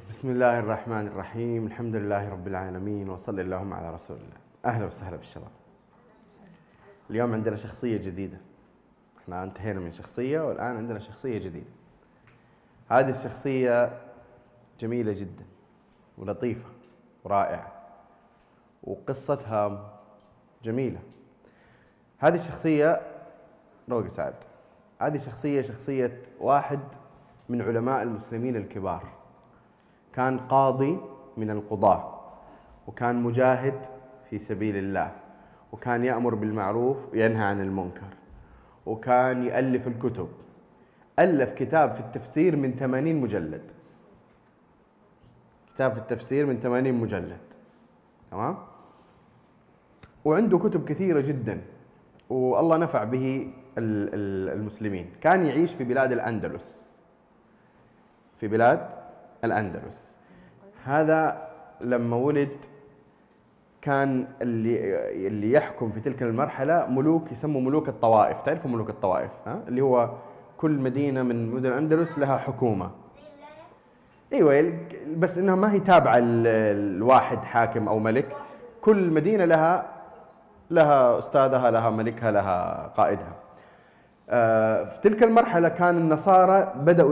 بسم الله الرحمن الرحيم، الحمد لله رب العالمين، وصلى اللهم على رسول الله. أهلا وسهلا بالشباب. اليوم عندنا شخصية جديدة. احنا انتهينا من شخصية والآن عندنا شخصية جديدة. هذه الشخصية جميلة جدا ولطيفة ورائعة وقصتها جميلة. هذه الشخصية روقي سعد. هذه شخصية واحد من علماء المسلمين الكبار، كان قاضي من القضاة، وكان مجاهد في سبيل الله، وكان يأمر بالمعروف وينهى عن المنكر، وكان يألف الكتب. ألف كتاب في التفسير من 80 مجلد. كتاب في التفسير من 80 مجلد، تمام؟ وعنده كتب كثيرة جدا، والله نفع به المسلمين. كان يعيش في بلاد الأندلس، في بلاد الأندلس. هذا لما ولد كان اللي يحكم في تلك المرحلة ملوك يسموا ملوك الطوائف. تعرفوا ملوك الطوائف؟ اللي هو كل مدينة من مدن الأندلس لها حكومة. ايوه، بس انها ما هي تابعة الواحد حاكم او ملك. كل مدينة لها استاذها، لها ملكها، لها قائدها. في تلك المرحلة كان النصارى بدأوا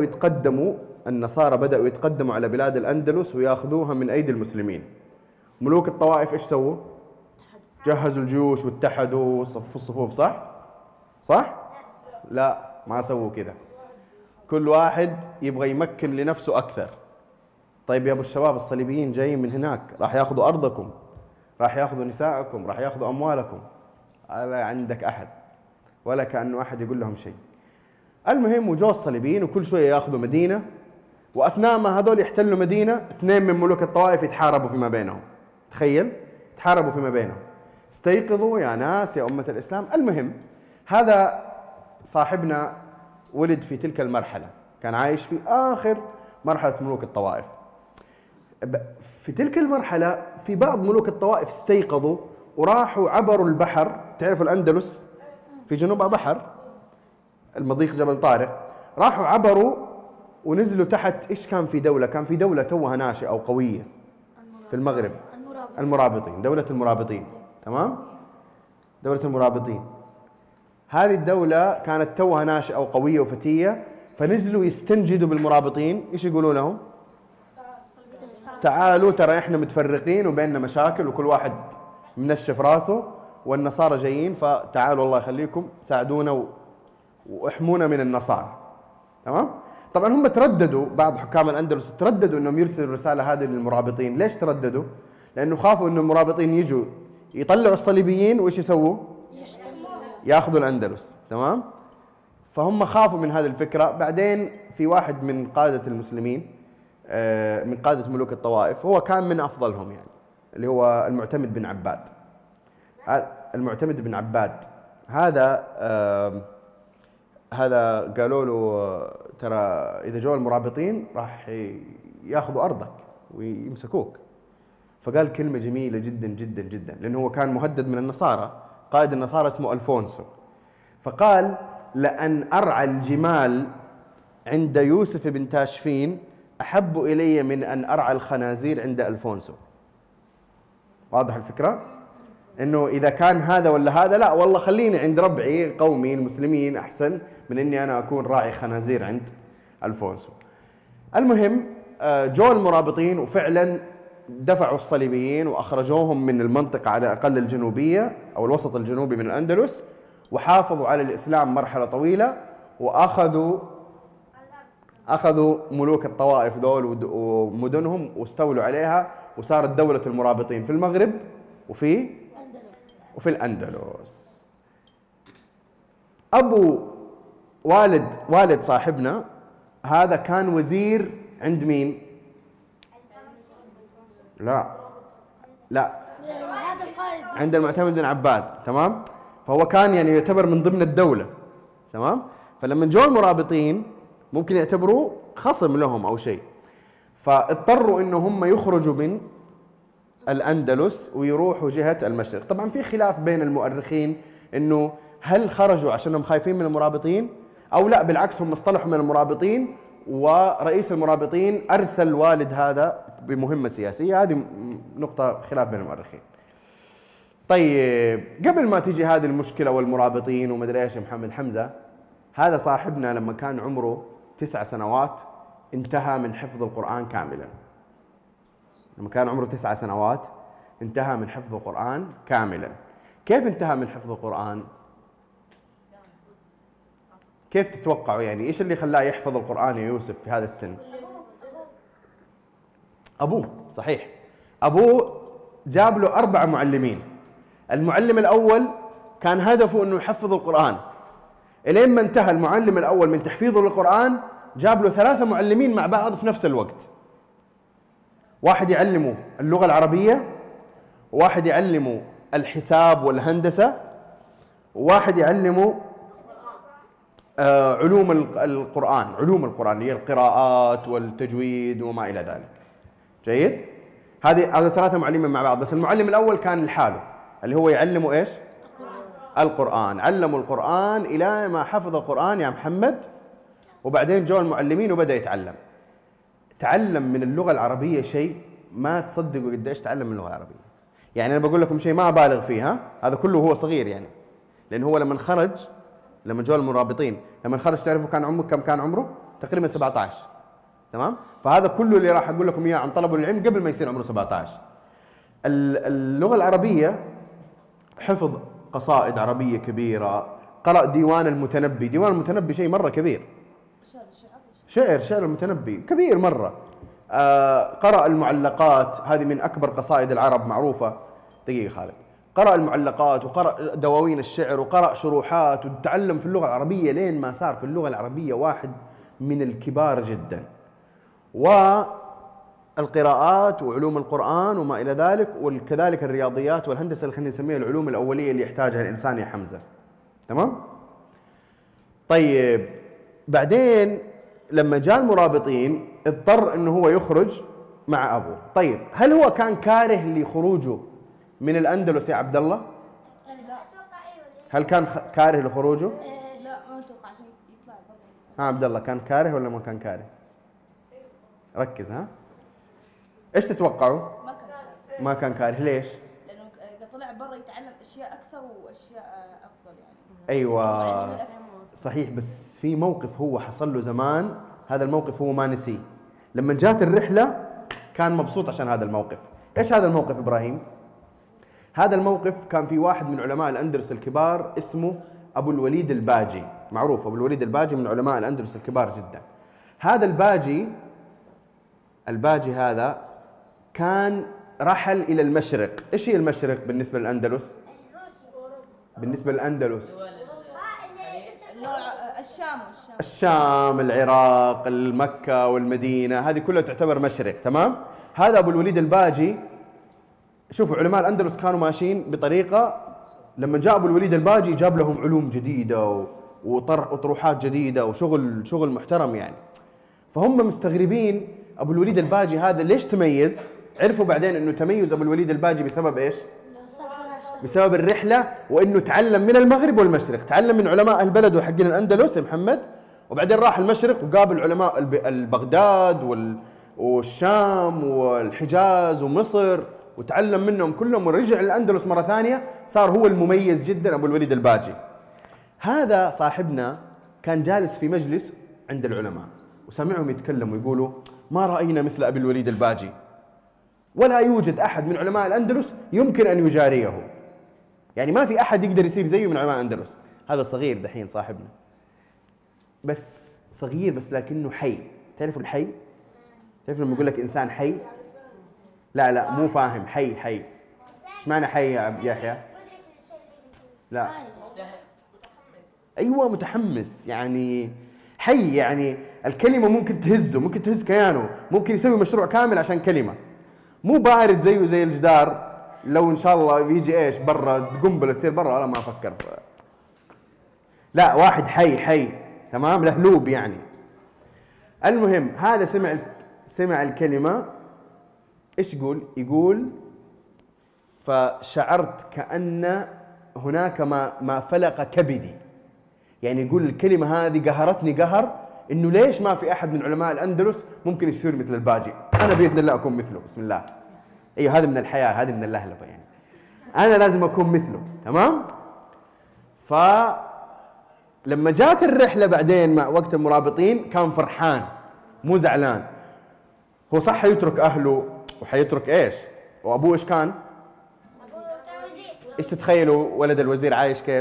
يتقدموا على بلاد الأندلس ويأخذوها من أيدي المسلمين. ملوك الطوائف إيش سووا؟ جهزوا الجيوش واتحدوا وصفوا الصفوف، صح؟ صح؟ لا، ما سووا كذا. كل واحد يبغى يمكن لنفسه أكثر. طيب يا أبو الشباب، الصليبيين جايين من هناك، راح يأخذوا أرضكم، راح يأخذوا نساءكم، راح يأخذوا أموالكم. لا عندك أحد، ولا كأنه أحد يقول لهم شيء. المهم، وجوا الصليبيين وكل شوية يأخذوا مدينة، وأثناء ما هذول يحتلوا مدينة، اثنين من ملوك الطوائف يتحاربوا فيما بينهم. تخيل، يتحاربوا فيما بينهم. استيقظوا يا ناس يا أمة الإسلام. المهم، هذا صاحبنا ولد في تلك المرحلة، كان عايش في آخر مرحلة ملوك الطوائف. في تلك المرحلة في بعض ملوك الطوائف استيقظوا وراحوا عبروا البحر. تعرفوا الأندلس في جنوبها بحر، المضيق جبل طارق. راحوا عبروا ونزلوا تحت. ايش كان في دولة؟ كان في دولة توها ناشئة أو قوية في المغرب، المرابطين، دولة المرابطين، تمام؟ دولة المرابطين. هذه الدولة كانت توها ناشئة أو قوية وفتية، فنزلوا يستنجدوا بالمرابطين. ايش يقولوا لهم؟ تعالوا ترى احنا متفرقين وبيننا مشاكل وكل واحد منشف راسه، والنصارى جايين، فتعالوا الله يخليكم ساعدونا واحمونا من النصارى. تمام؟ طبعا هم ترددوا، بعض حكام الأندلس ترددوا انهم يرسلوا الرسالة هذه للمرابطين. ليش ترددوا؟ لأنه خافوا انه المرابطين يجوا يطلعوا الصليبيين وايش يسووا؟ ياخذوا الأندلس. تمام؟ فهم خافوا من هذه الفكرة. بعدين في واحد من قادة المسلمين، من قادة ملوك الطوائف، هو كان من أفضلهم يعني، اللي هو المعتمد بن عباد. المعتمد بن عباد هذا قالوا له ترى إذا جو المرابطين راح ياخذوا أرضك ويمسكوك. فقال كلمة جميلة جدا جدا جدا، لأنه هو كان مهدد من النصارى. قائد النصارى اسمه ألفونسو. فقال: لأن أرعى الجمال عند يوسف بن تاشفين أحب إلي من أن أرعى الخنازير عند ألفونسو. واضح الفكرة؟ إنه إذا كان هذا ولا هذا، لا والله خليني عند ربعي قومي المسلمين أحسن من إني أنا أكون راعي خنازير عند ألفونسو. المهم، جو المرابطين وفعلا دفعوا الصليبيين وأخرجوهم من المنطقة على الأقل الجنوبية أو الوسط الجنوبي من الأندلس، وحافظوا على الإسلام مرحلة طويلة، وأخذوا ملوك الطوائف ذول ومدنهم واستولوا عليها، وصارت دولة المرابطين في المغرب وفي الأندلس. أبو والد صاحبنا هذا كان وزير عند مين؟ لا، عند المعتمد بن عباد. تمام؟ فهو كان يعني يعتبر من ضمن الدولة. تمام؟ فلما جو المرابطين ممكن يعتبروه خصم لهم أو شيء، فاضطروا إنه هم يخرجوا من الأندلس ويروحوا جهة المشرق. طبعا في خلاف بين المؤرخين إنه هل خرجوا عشانهم خايفين من المرابطين أو لا، بالعكس هم اصطلحوا من المرابطين ورئيس المرابطين أرسل والد هذا بمهمة سياسية. هذه نقطة خلاف بين المؤرخين. طيب قبل ما تيجي هذه المشكلة والمرابطين ومدري ايش يا محمد حمزة، هذا صاحبنا لما كان عمره 9 سنوات انتهى من حفظ القرآن كاملا. لما كان عمره 9 سنوات انتهى من حفظ القرآن كاملا. كيف انتهى من حفظ القرآن؟ كيف تتوقعوا يعني ايش اللي خلاه يحفظ القرآن يا يوسف في هذا السن؟ أبوه. صحيح، أبوه جاب له 4 معلمين. المعلم الأول كان هدفه أنه يحفظ القرآن، إلين ما انتهى المعلم الأول من تحفيظه للقرآن جاب له 3 معلمين مع بعض في نفس الوقت. واحد يعلمه اللغة العربية، وواحد يعلمه الحساب والهندسة، وواحد يعلمه علوم القرآن، علوم القرآن هي القراءات والتجويد وما إلى ذلك. جيد؟ هذا 3 معلمين مع بعض، بس المعلم الأول كان لحاله اللي هو يعلمه ايش؟ القرآن. علموا القرآن إلى ما حفظ القرآن يا محمد، وبعدين جو المعلمين وبدأ يتعلم. تعلم من اللغة العربية شيء ما تصدقوا قديش تعلم من اللغة العربية. يعني أنا بقول لكم شيء ما أبالغ فيه، هذا كله وهو صغير يعني، لأن هو لما خرج، لما جو المرابطين، لما خرج تعرفوا كان عمره كم؟ كان عمره تقريبا 17. تمام؟ فهذا كله اللي راح أقول لكم إياه عن طلبه للعلم قبل ما يصير عمره 17. اللغة العربية حفظ قصائد عربية كبيرة، قرأ ديوان المتنبي. ديوان المتنبي شيء مرة كبير، شعر المتنبي كبير مرة. قرأ المعلقات، هذه من أكبر قصائد العرب معروفة. دقيقة خالد. قرأ المعلقات وقرأ دواوين الشعر وقرأ شروحات وتعلم في اللغة العربية لين ما صار في اللغة العربية واحد من الكبار جدا. والقراءات وعلوم القرآن وما إلى ذلك، وكذلك الرياضيات والهندسة اللي خلينا نسميها العلوم الأولية اللي يحتاجها الإنسان يا حمزة. تمام؟ طيب بعدين لما جاء المرابطين اضطر انه هو يخرج مع ابوه. طيب هل هو كان كاره لخروجه من الاندلس يا عبد الله؟ لا. هل كان كاره لخروجه؟ لا ما اتوقع عشان يطلع برا. ها عبد الله، كان كاره ولا ما كان كاره؟ ركز. ايش تتوقعوا؟ ما كان كاره. ليش؟ لانه اذا طلع برا يتعلم اشياء اكثر واشياء افضل يعني. ايوه صحيح، بس في موقف هو حصل له زمان، هذا الموقف هو ما نسيه. لما جات الرحلة كان مبسوط عشان هذا الموقف. ايش هذا الموقف إبراهيم؟ هذا الموقف كان في واحد من علماء الأندلس الكبار اسمه أبو الوليد الباجي، معروف أبو الوليد الباجي من علماء الأندلس الكبار جدا. هذا الباجي هذا كان رحل إلى المشرق. إيش هي المشرق بالنسبة للأندلس؟ بالنسبة للأندلس الشام، العراق، مكة والمدينة، هذه كلها تعتبر مشرق. تمام؟ هذا أبو الوليد الباجي، شوفوا علماء الأندلس كانوا ماشيين بطريقة، لما جاء أبو الوليد الباجي جاب لهم علوم جديدة وطروحات جديدة وشغل محترم يعني. فهم مستغربين أبو الوليد الباجي هذا ليش تميز؟ عرفوا بعدين أنه تميز أبو الوليد الباجي بسبب إيش؟ بسبب الرحلة، وأنه تعلم من المغرب والمشرق، تعلم من علماء البلد وحقين الأندلس يا محمد، وبعدين راح المشرق وقابل علماء بغداد والشام والحجاز ومصر وتعلم منهم كلهم، ورجع الأندلس مرة ثانية صار هو المميز جدا أبو الوليد الباجي. هذا صاحبنا كان جالس في مجلس عند العلماء وسمعهم يتكلموا يقولوا ما رأينا مثل أبي الوليد الباجي، ولا يوجد أحد من علماء الأندلس يمكن أن يجاريه، يعني ما في أحد يقدر يصير زيه من علماء الأندلس. هذا صغير دحين صاحبنا، بس صغير بس لكنه حي. تعرفوا الحي؟ تعرف لما يقول لك إنسان حي؟ لا مو فاهم. حي ايش معنى حي يا يحيى؟ لا ايوه متحمس، يعني حي يعني الكلمة ممكن تهزه، ممكن تهز كيانه، ممكن يسوي مشروع كامل عشان كلمة. مو بارد زيه زي الجدار، لو ان شاء الله بيجي ايش برا قنبلة تصير برا ولا ما افكر لا واحد حي تمام، لهلوب يعني. المهم هذا سمع الكلمة، ايش يقول فشعرت كأن هناك ما فلق كبدي، يعني يقول الكلمة هذه قهرتني قهر انه ليش ما في احد من علماء الاندلس ممكن يصير مثل الباجي؟ انا باذن الله اكون مثله، بسم الله. ايوه، هذه من الحياه، هذه من اللهلبه يعني. انا لازم اكون مثله، تمام؟ فلما جات الرحله بعدين مع وقت المرابطين كان فرحان مو زعلان. هو صح حيترك اهله وحيترك ايش؟ وابوه ايش كان؟ ايش تتخيلوا ولد الوزير عايش كيف؟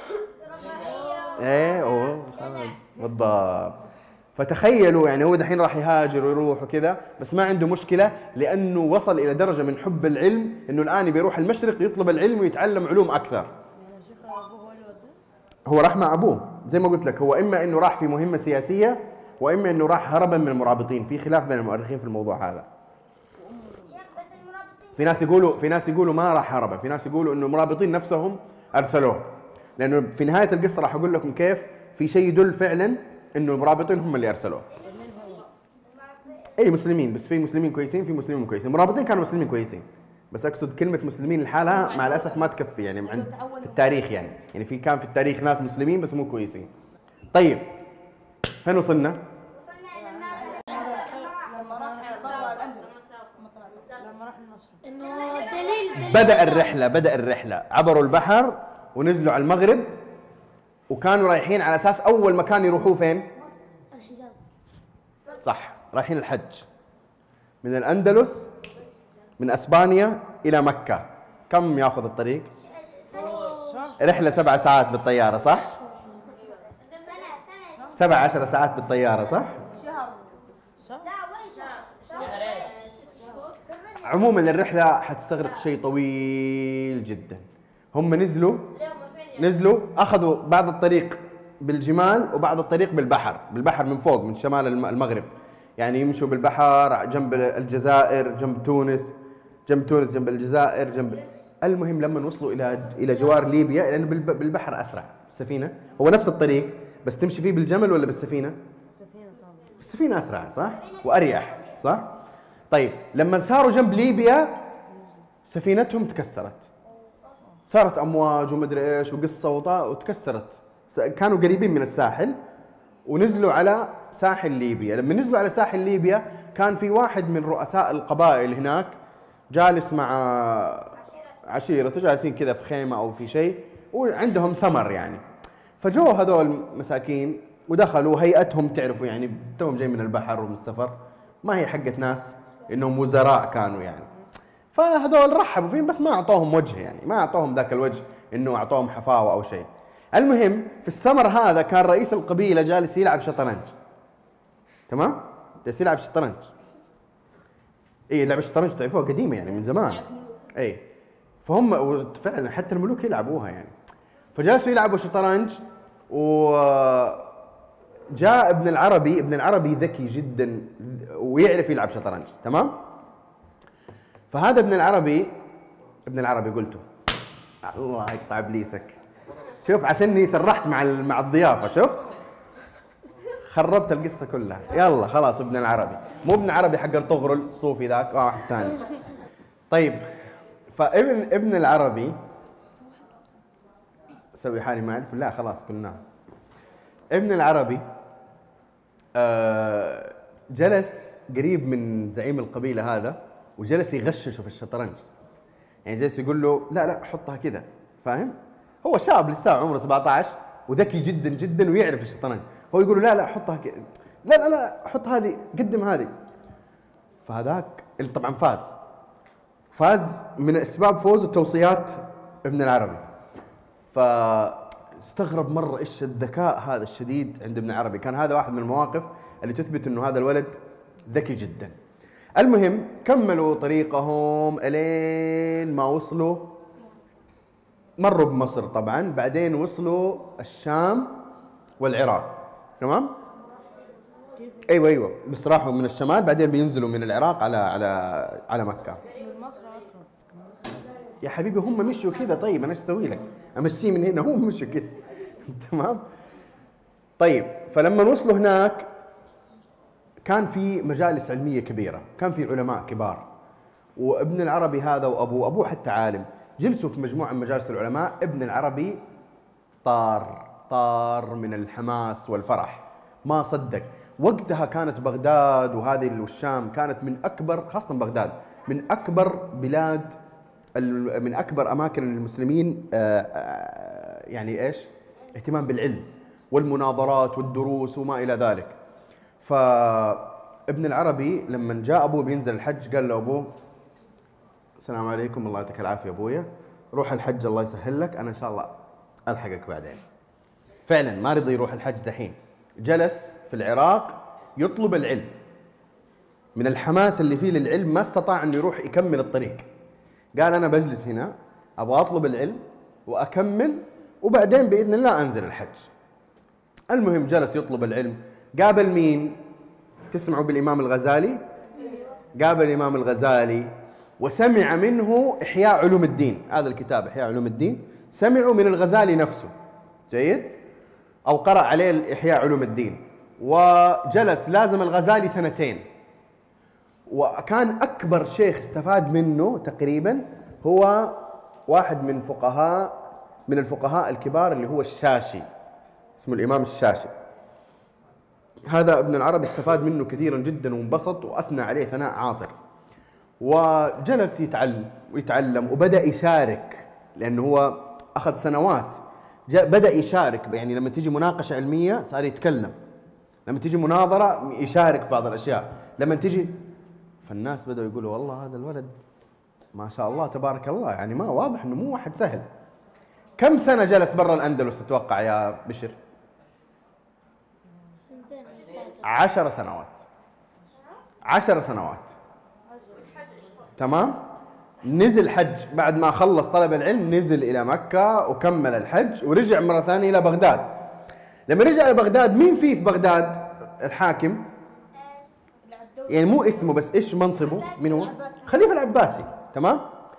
ايه اوه بالضبط. فتخيلوا يعني هو دحين راح يهاجر ويروح وكذا، بس ما عنده مشكله لانه وصل الى درجه من حب العلم انه الان بيروح المشرق يطلب العلم ويتعلم علوم اكثر. هو راح مع ابوه زي ما قلت لك، هو اما انه راح في مهمه سياسيه واما انه راح هربا من المرابطين، في خلاف بين المؤرخين في الموضوع هذا. في ناس يقولوا ما راح هربا، في ناس يقولوا انه المرابطين نفسهم ارسلوه، لانه في نهايه القصه راح اقول لكم كيف في شيء يدل فعلا انه المرابطين هم اللي ارسلوه. اي مسلمين، بس في مسلمين كويسين في مسلمين كويسين، المرابطين كانوا مسلمين كويسين، بس اقصد كلمه مسلمين لحالها مع الاسف ما تكفي يعني في التاريخ يعني في كان في التاريخ ناس مسلمين بس مو كويسين. طيب فين وصلنا؟ بدأ الرحلة عبروا البحر ونزلوا على المغرب، وكانوا رايحين على اساس اول مكان يروحوه فين؟ الحجاز. صح، رايحين الحج من الاندلس، من اسبانيا الى مكة. كم ياخذ الطريق؟ رحلة 7 ساعات بالطيارة صح؟ 17 ساعات بالطيارة صح؟ عموما الرحلة حتستغرق شيء طويل جدا. هم نزلوا اخذوا بعض الطريق بالجمال وبعض الطريق بالبحر من فوق من شمال المغرب، يعني يمشوا بالبحر جنب الجزائر، جنب تونس جنب الجزائر المهم لما وصلوا الى جوار ليبيا، لانه بالبحر اسرع السفينة، هو نفس الطريق بس تمشي فيه بالجمل ولا بالسفينة؟ بالسفينة اسرع صح؟ واريح صح؟ طيب لما صاروا جنب ليبيا سفينتهم تكسرت، صارت امواج ومدري ايش وقصه وتكسرت. كانوا قريبين من الساحل ونزلوا على ساحل ليبيا. لما نزلوا على ساحل ليبيا كان في واحد من رؤساء القبائل هناك جالس مع عشيرته، جالسين كذا في خيمه او في شيء وعندهم ثمر يعني. فجو هذول مساكين ودخلوا، هيئتهم تعرفوا يعني توهم جاي من البحر ومن السفر، ما هي حقت ناس، انهم وزراء كانوا يعني. فهذول رحبوا فيهم بس ما اعطوهم وجه، يعني ما اعطوهم ذاك الوجه انه اعطوهم حفاوه او شيء. المهم في السمر هذا كان رئيس القبيله جالس يلعب شطرنج، تمام؟ جالس يلعب شطرنج. اي لعبه الشطرنج تعرفوها قديمه يعني من زمان. اي فهم فعلا حتى الملوك يلعبوها يعني. فجالسوا يلعبوا شطرنج وجاء ابن العربي ذكي جدا ويعرف يلعب شطرنج، تمام؟ فهذا ابن العربي قلته الله يقطع ابليسك، شوف عشاني سرحت مع الضيافه، شفت؟ خربت القصه كلها. يلا خلاص ابن العربي، مو ابن عربي حق ارطغرل الصوفي ذاك، واحد ثاني. طيب ابن العربي اسوي حالي ما اعرف، لا خلاص قلناه. ابن العربي جلس قريب من زعيم القبيله هذا وجلس يغششه في الشطرنج، يعني جلس يقول له لا حطها كذا، فاهم؟ هو شاب لسه عمره 17 وذكي جدا جدا ويعرف الشطرنج، فهو يقول له لا حطها كذا، لا حط هذه، قدم هذه. فهذاك اللي طبعا فاز من اسباب فوزه توصيات ابن العربي. فاستغرب مره ايش الذكاء هذا الشديد عند ابن العربي، كان هذا واحد من المواقف اللي تثبت انه هذا الولد ذكي جدا. المهم كملوا طريقهم الين ما وصلوا، مروا بمصر طبعا، بعدين وصلوا الشام والعراق، تمام؟ ايوه بس راحوا من الشمال بعدين بينزلوا من العراق على مكة. يا حبيبي هم مشوا كذا، طيب انا ايش اسوي لك؟ امشيه من هنا، هم مشوا كذا تمام؟ طيب فلما وصلوا هناك كان في مجالس علمية كبيرة، كان في علماء كبار، وابن العربي هذا وأبوه حتى عالم، جلسوا في مجموعة من مجالس العلماء. ابن العربي طار من الحماس والفرح، ما صدق. وقتها كانت بغداد وهذه والشام كانت من أكبر، خاصة بغداد، من أكبر بلاد، من أكبر أماكن المسلمين يعني إيش؟ اهتمام بالعلم والمناظرات والدروس وما إلى ذلك. فابن العربي لما جاء أبوه بينزل الحج قال له أبوه السلام عليكم، الله يعطيك العافية أبويا، روح الحج الله يسهل لك، أنا إن شاء الله ألحقك بعدين. فعلا ما رضي يروح الحج دحين، جلس في العراق يطلب العلم، من الحماس اللي فيه للعلم ما استطاع أنه يروح يكمل الطريق. قال أنا بجلس هنا أبغى أطلب العلم وأكمل وبعدين بإذن الله أنزل الحج. المهم جلس يطلب العلم، قابل مين؟ تسمعوا بالإمام الغزالي؟ قابل الإمام الغزالي وسمع منه إحياء علوم الدين، هذا الكتاب إحياء علوم الدين سمعوا من الغزالي نفسه، جيد؟ أو قرأ عليه إحياء علوم الدين، وجلس لازم الغزالي 2 سنين. وكان أكبر شيخ استفاد منه تقريبا هو واحد من الفقهاء الكبار اللي هو الشاشي، اسمه الإمام الشاشي. هذا ابن العربي استفاد منه كثيرا جدا وانبسط وأثنى عليه ثناء عاطر، وجلس يتعلم وبدأ يشارك، لأنه هو أخذ سنوات. بدأ يشارك، يعني لما تيجي مناقشة علمية صار يتكلم، لما تيجي مناظرة يشارك في بعض الأشياء، لما تيجي، فالناس بدأوا يقولوا والله هذا الولد ما شاء الله تبارك الله، يعني ما واضح إنه مو واحد سهل. كم سنة جلس برا الأندلس تتوقع يا بشر؟ 10 سنوات. 10 سنوات، تمام؟ نزل حج بعد ما خلص طلب العلم، نزل إلى مكة وكمل الحج ورجع مرة ثانية إلى بغداد. لما رجع إلى بغداد مين في بغداد الحاكم؟ يعني مو اسمه بس إيش منصبه؟ مين هو؟ خليفة العباسي، تمام؟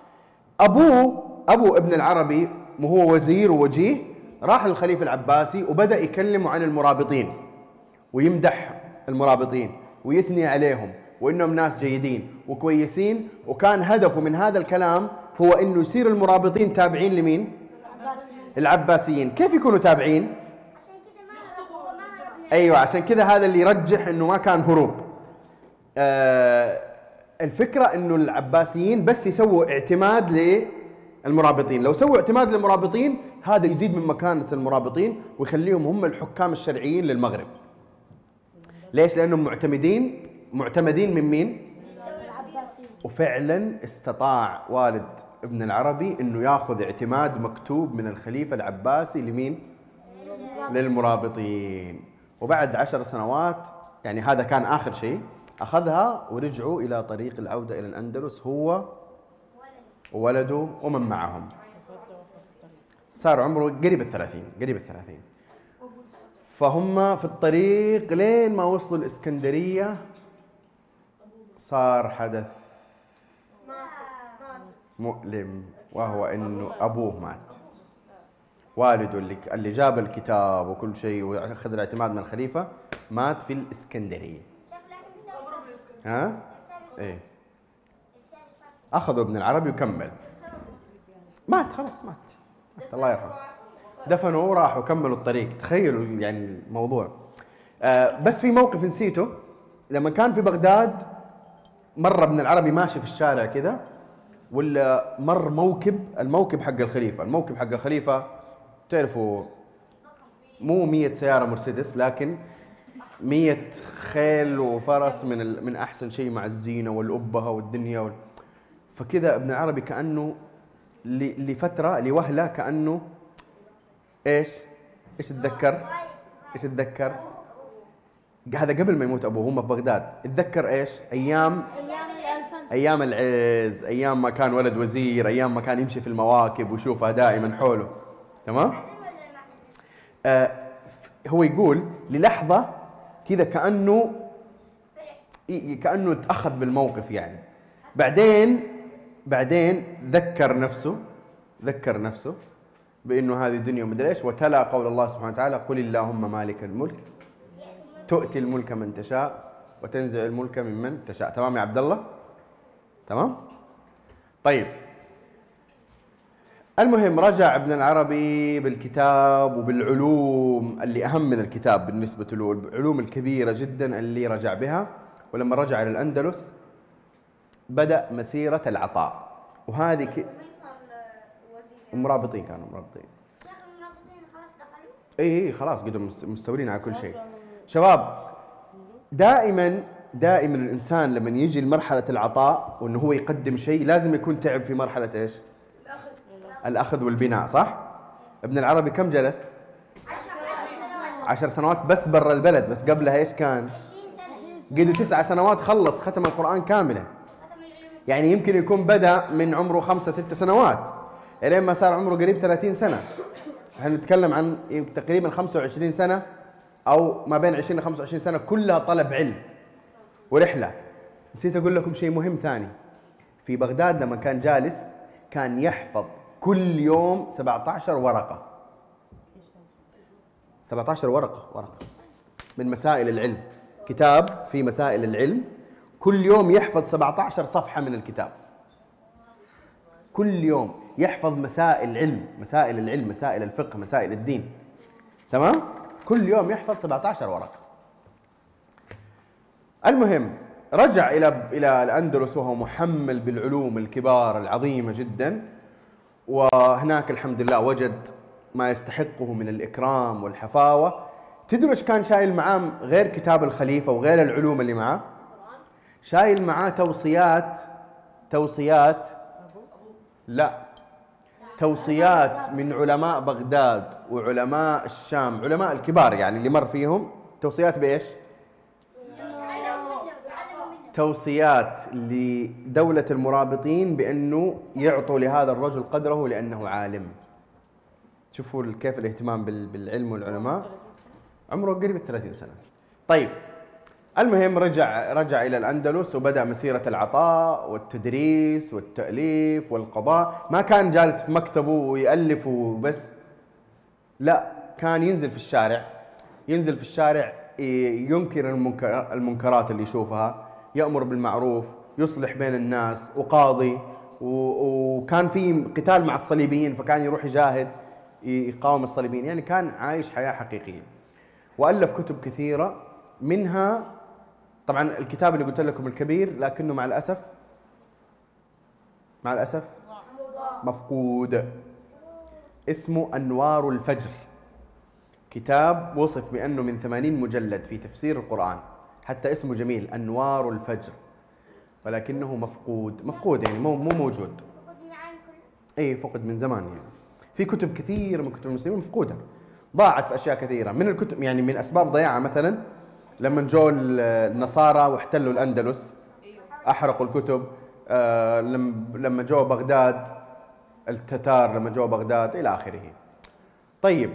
أبو ابن العربي وهو وزير ووجيه راح للخليفة العباسي وبدأ يكلمه عن المرابطين ويمدح المرابطين ويثني عليهم وإنهم ناس جيدين وكويسين، وكان هدفه من هذا الكلام هو إنه يصير المرابطين تابعين لمين؟ العباسيين. كيف يكونوا تابعين؟ أيوة، عشان كذا هذا اللي يرجح إنه ما كان هروب. الفكرة إنه العباسيين بس يسووا اعتماد للمرابطين، لو سووا اعتماد للمرابطين هذا يزيد من مكانة المرابطين ويخليهم هم الحكام الشرعيين للمغرب. ليش؟ لأنهم معتمدين من مين؟ وفعلا استطاع والد ابن العربي انه ياخذ اعتماد مكتوب من الخليفة العباسي لمين؟ للمرابطين. وبعد 10 سنوات، يعني هذا كان آخر شيء، أخذها ورجعوا إلى طريق العودة إلى الأندلس هو وولده ومن معهم. صار عمره قريب 30. فهم في الطريق لين ما وصلوا الإسكندرية صار حدث مؤلم، وهو إنه أبوه مات. والده اللي جاب الكتاب وكل شيء وأخذ الاعتماد من الخليفة مات في الإسكندرية. ها؟ إيه، أخذوا ابن العربي وكمل. مات، خلاص مات الله يرحمه. دفنوا وراحوا كملوا الطريق. تخيلوا يعني الموضوع. بس في موقف نسيته، لما كان في بغداد مر ابن العربي ماشي في الشارع كذا، ولا مر الموكب حق الخليفة. الموكب حق الخليفة تعرفوا مو 100 سيارة مرسيدس، لكن 100 خيل وفرس من أحسن شيء مع الزينة والأبهة والدنيا فكذا ابن العربي كأنه لفترة لوهلة كأنه ايش اتذكر؟ هذا قبل ما يموت ابوه، هم في بغداد. اتذكر ايش؟ ايام العز، ايام ما كان ولد وزير، ايام ما كان يمشي في المواكب ويشوفها دائما حوله، تمام؟ هو يقول للحظة كذا كأنه تأخذ بالموقف يعني. بعدين ذكر نفسه بأنه هذه الدنيا ومدري ايش، وتلا قول الله سبحانه وتعالى: قل اللهم مالك الملك تؤتي الملك من تشاء وتنزع الملك ممن تشاء. تمام يا عبد الله؟ تمام؟ طيب، المهم رجع ابن العربي بالكتاب وبالعلوم اللي أهم من الكتاب بالنسبة له، العلوم الكبيرة جدا اللي رجع بها. ولما رجع إلى الأندلس بدأ مسيرة العطاء، وهذه مرابطين، كانوا مرابطين. شيخ المرابطين خلاص دخلوا؟ اي خلاص قدروا مستولين على كل شيء. شباب دائما الانسان لما يجي لمرحله العطاء وانه هو يقدم شيء لازم يكون تعب في مرحله ايش؟ الاخذ والبناء، صح؟ ابن العربي كم جلس؟ 10 سنوات بس برا البلد، بس قبلها ايش كان؟ 20 سنة. قعدوا 9 سنوات خلص ختم القرآن كاملا. يعني يمكن يكون بدأ من عمره 5 6 سنوات الين ما صار عمره قريب 30 سنة. احنا نتكلم عن تقريبا 25 سنة او ما بين 20 ل 25 سنة كلها طلب علم ورحلة. نسيت اقول لكم شيء مهم ثاني. في بغداد لما كان جالس كان يحفظ كل يوم 17 ورقة. 17 ورقة من مسائل العلم، كتاب في مسائل العلم، كل يوم يحفظ 17 صفحة من الكتاب. كل يوم يحفظ مسائل علم، مسائل العلم، مسائل الفقه، مسائل الدين. تمام؟ كل يوم يحفظ 17 ورقة. المهم رجع إلى الأندلس وهو محمل بالعلوم الكبار العظيمة جدا، وهناك الحمد لله وجد ما يستحقه من الإكرام والحفاوة. تدروا ايش كان شايل معاه غير كتاب الخليفة وغير العلوم اللي معاه؟ شايل معاه توصيات لا، توصيات من علماء بغداد وعلماء الشام، علماء الكبار يعني اللي مر فيهم. توصيات بإيش؟ توصيات لدولة المرابطين بأنه يعطوا لهذا الرجل قدره لأنه عالم. شوفوا كيف الاهتمام بالعلم والعلماء. عمره قريب 30 سنة. طيب المهم رجع إلى الأندلس وبدأ مسيرة العطاء والتدريس والتأليف والقضاء. ما كان جالس في مكتبه ويألف وبس، لا، كان ينزل في الشارع ينكر المنكرات اللي يشوفها، يأمر بالمعروف، يصلح بين الناس، وقاضي، وكان في قتال مع الصليبيين فكان يروح يجاهد يقاوم الصليبيين. يعني كان عايش حياة حقيقية. وألف كتب كثيرة، منها طبعا الكتاب اللي قلت لكم الكبير، لكنه مع الأسف مفقود. اسمه أنوار الفجر، كتاب وصف بأنه من 80 مجلد في تفسير القرآن، حتى اسمه جميل أنوار الفجر، ولكنه مفقود يعني مو موجود. اي فقد من زمان. يعني في كتب كثير من كتب المسلمين مفقودة، ضاعت في أشياء كثيرة. من الكتب يعني من أسباب ضياعها مثلا لما جو النصارى واحتلوا الأندلس أحرقوا الكتب. لما جو بغداد التتار، لما جو بغداد إلى آخره. طيب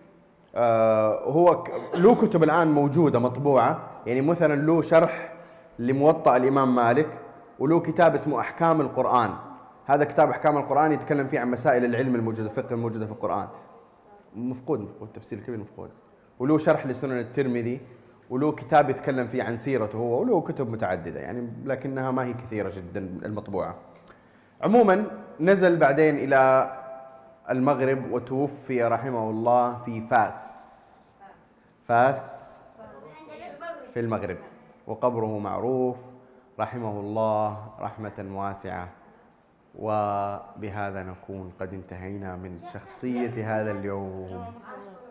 هو له كتب الآن موجودة مطبوعة، يعني مثلا له شرح لموطأ الإمام مالك، وله كتاب اسمه أحكام القرآن. هذا كتاب أحكام القرآن يتكلم فيه عن مسائل العلم الموجودة، الفقه الموجودة في القرآن. مفقود تفسير الكبير مفقود. وله شرح لسنن الترمذي، وله كتاب يتكلم فيه عن سيرته هو، وله كتب متعددة يعني، لكنها ما هي كثيرة جدا المطبوعة. عموما نزل بعدين إلى المغرب وتوفي رحمه الله في فاس في المغرب، وقبره معروف رحمه الله رحمة واسعة. وبهذا نكون قد انتهينا من شخصية هذا اليوم.